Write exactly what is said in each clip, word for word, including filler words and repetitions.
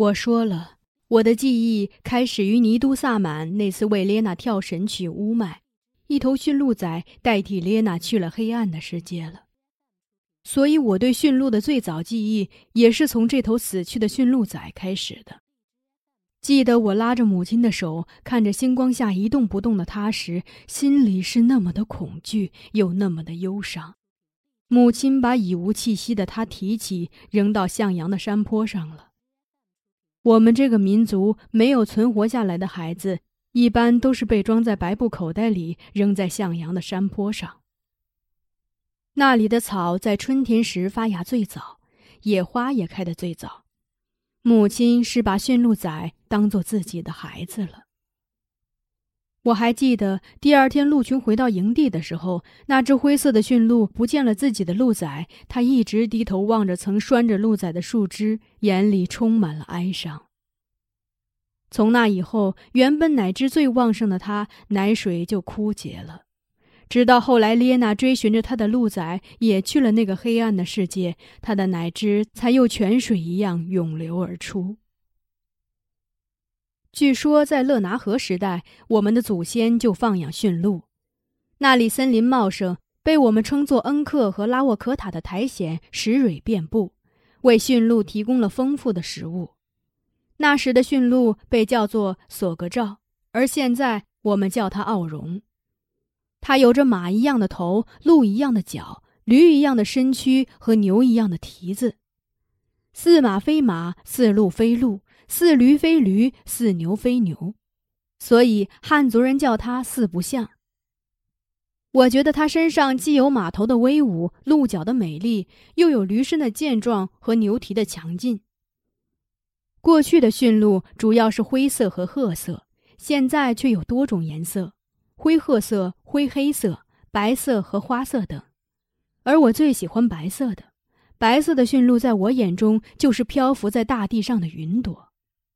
我说了，我的记忆开始于尼都萨满那次为列娜跳神曲乌麦，一头驯鹿仔代替列娜去了黑暗的世界了。所以我对驯鹿的最早记忆也是从这头死去的驯鹿仔开始的。记得我拉着母亲的手，看着星光下一动不动的她时，心里是那么的恐惧，又那么的忧伤。母亲把已无气息的她提起，扔到向阳的山坡上了。我们这个民族没有存活下来的孩子，一般都是被装在白布口袋里，扔在向阳的山坡上。那里的草在春天时发芽最早，野花也开得最早。母亲是把驯鹿仔当作自己的孩子了。我还记得第二天鹿群回到营地的时候，那只灰色的驯鹿不见了自己的鹿仔，它一直低头望着曾拴着鹿仔的树枝，眼里充满了哀伤。从那以后，原本奶汁最旺盛的它，奶水就枯竭了。直到后来列娜追寻着她的鹿仔也去了那个黑暗的世界，她的奶汁才又泉水一样涌流而出。据说在勒拿河时代，我们的祖先就放养驯鹿，那里森林茂盛，被我们称作恩克和拉沃可塔的苔藓石蕊遍布，为驯鹿提供了丰富的食物。那时的驯鹿被叫做索格赵，而现在我们叫它奥绒。它有着马一样的头，鹿一样的脚，驴一样的身躯和牛一样的蹄子。似马非马，似鹿非鹿，似驴非驴，似牛非牛，所以汉族人叫它四不像。我觉得它身上既有马头的威武，鹿角的美丽，又有驴身的健壮和牛蹄的强劲。过去的驯鹿主要是灰色和褐色，现在却有多种颜色，灰褐色、灰黑色、白色和花色等。而我最喜欢白色的，白色的驯鹿在我眼中就是漂浮在大地上的云朵。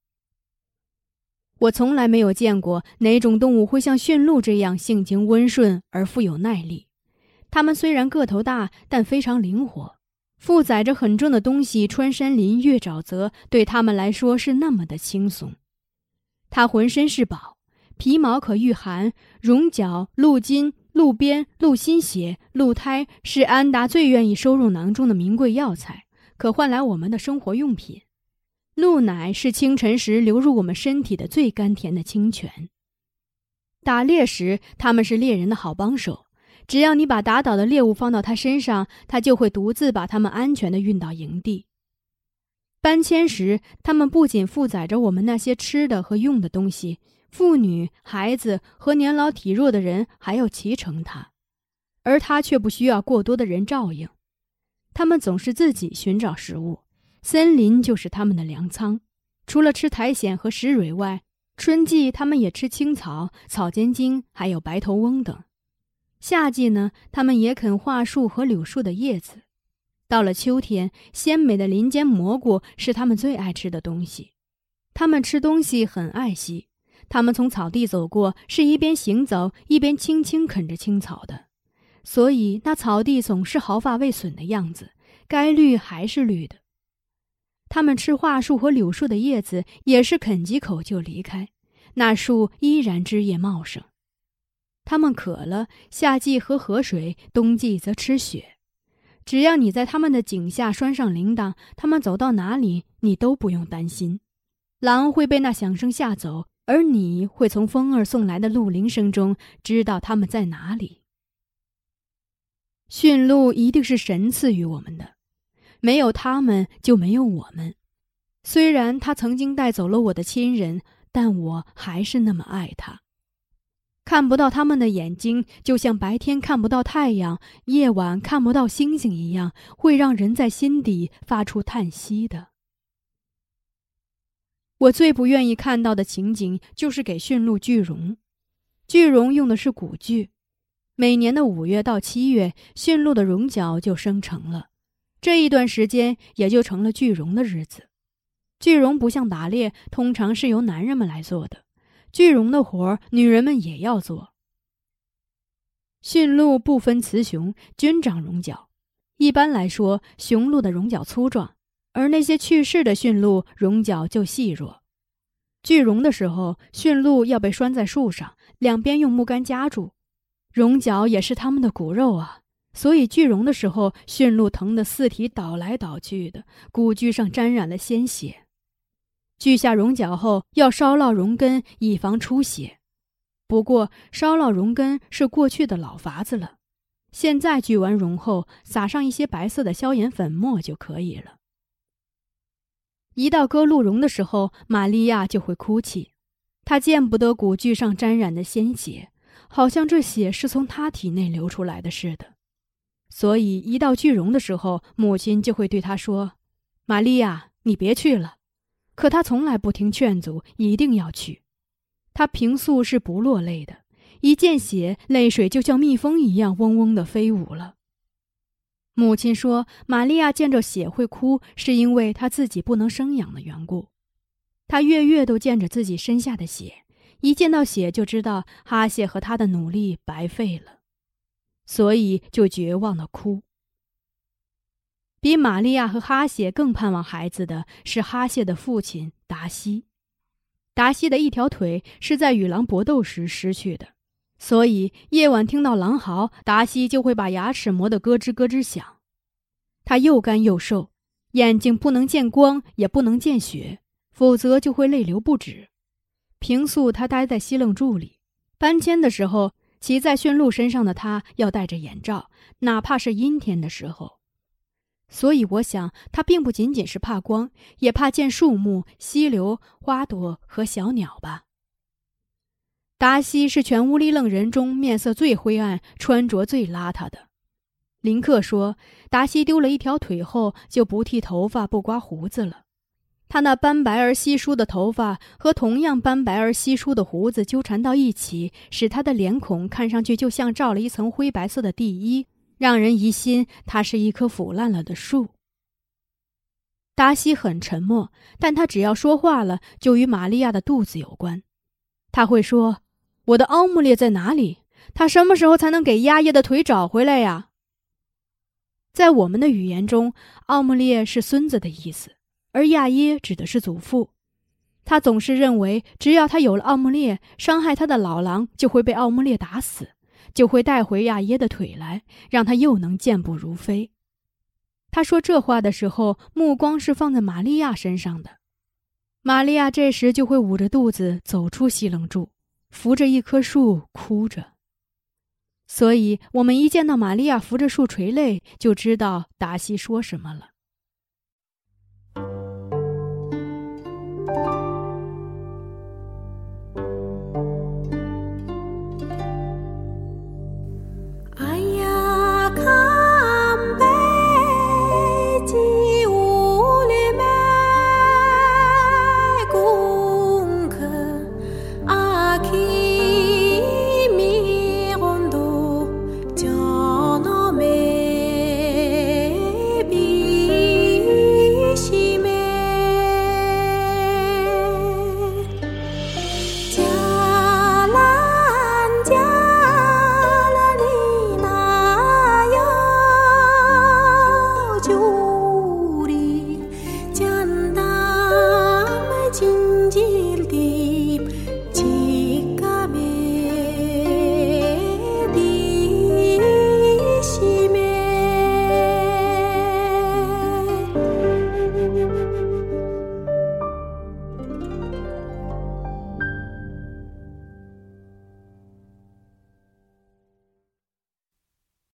我从来没有见过哪种动物会像驯鹿这样性情温顺而富有耐力。它们虽然个头大，但非常灵活，负载着很重的东西穿山林越沼泽，对它们来说是那么的轻松。它浑身是宝，皮毛可御寒，绒角、鹿筋、鹿鞭、鹿心血、鹿胎是安达最愿意收入囊中的名贵药材，可换来我们的生活用品。鹿奶是清晨时流入我们身体的最甘甜的清泉。打猎时，它们是猎人的好帮手，只要你把打倒的猎物放到它身上，它就会独自把它们安全地运到营地。搬迁时，它们不仅负载着我们那些吃的和用的东西，妇女、孩子和年老体弱的人还要骑乘它，而它却不需要过多的人照应。它们总是自己寻找食物，森林就是它们的粮仓。除了吃苔藓和石蕊外，春季它们也吃青草、草尖茎还有白头翁等。夏季呢，它们也啃桦树和柳树的叶子。到了秋天，鲜美的林间蘑菇是它们最爱吃的东西。它们吃东西很爱惜，它们从草地走过，是一边行走一边轻轻啃着青草的，所以那草地总是毫发未损的样子，该绿还是绿的。它们吃桦树和柳树的叶子，也是啃几口就离开，那树依然枝叶茂盛。它们渴了，夏季喝河水，冬季则吃雪。只要你在它们的颈下拴上铃铛，它们走到哪里，你都不用担心。狼会被那响声吓走，而你会从风儿送来的鹿铃声中知道它们在哪里。驯鹿一定是神赐予我们的，没有它们就没有我们。虽然它曾经带走了我的亲人，但我还是那么爱它。看不到他们的眼睛，就像白天看不到太阳，夜晚看不到星星一样，会让人在心底发出叹息的。我最不愿意看到的情景就是给驯鹿聚绒。聚绒用的是骨锯，每年的五月到七月，驯鹿的绒角就生成了，这一段时间也就成了聚绒的日子。聚绒不像打猎，通常是由男人们来做的。聚绒的活女人们也要做。驯鹿不分雌雄，均长绒角。一般来说，雄鹿的绒角粗壮， 而那些去世的驯鹿绒角就细弱。聚绒的时候，驯鹿要被拴在树上，两边用木杆夹住，绒角也是它们的骨肉啊，所以聚绒的时候，驯鹿疼得四体倒来倒去的，骨具上沾染了鲜血。锯下绒角后，要烧烙绒根，以防出血。不过烧烙绒根是过去的老法子了，现在锯完绒后，撒上一些白色的消炎粉末就可以了。一到割鹿茸的时候，玛利亚就会哭泣，她见不得骨具上沾染的鲜血，好像这血是从她体内流出来的似的。所以一到锯茸的时候，母亲就会对她说：“玛利亚，你别去了。”可她从来不听劝阻，一定要去。她平素是不落泪的，一见血，泪水就像蜜蜂一样嗡嗡地飞舞了。母亲说，玛利亚见着血会哭，是因为她自己不能生养的缘故。她月月都见着自己身下的血，一见到血就知道哈谢和他的努力白费了，所以就绝望地哭。比玛利亚和哈谢更盼望孩子的是哈谢的父亲达西。达西的一条腿是在与狼搏斗时失去的，所以夜晚听到狼嚎，达西就会把牙齿磨得咯吱咯吱响。他又干又瘦，眼睛不能见光，也不能见血，否则就会泪流不止。平素他待在西楞柱里，搬迁的时候，骑在驯鹿身上的他要戴着眼罩，哪怕是阴天的时候。所以我想，他并不仅仅是怕光，也怕见树木、溪流、花朵和小鸟吧。达西是全乌里楞人中面色最灰暗、穿着最邋遢的。林克说，达西丢了一条腿后就不剃头发、不刮胡子了。他那斑白而稀疏的头发和同样斑白而稀疏的胡子纠缠到一起，使他的脸孔看上去就像罩了一层灰白色的地衣，让人疑心他是一棵腐烂了的树。达西很沉默，但他只要说话了，就与玛利亚的肚子有关。他会说：“我的奥穆列在哪里？他什么时候才能给亚耶的腿找回来呀？”在我们的语言中，奥穆列是孙子的意思，而亚耶指的是祖父。他总是认为，只要他有了奥穆列，伤害他的老狼就会被奥穆列打死，就会带回亚耶的腿来，让他又能健步如飞。他说这话的时候，目光是放在玛利亚身上的。玛利亚这时就会捂着肚子走出西楞柱，扶着一棵树哭着。所以我们一见到玛利亚扶着树垂泪，就知道达西说什么了。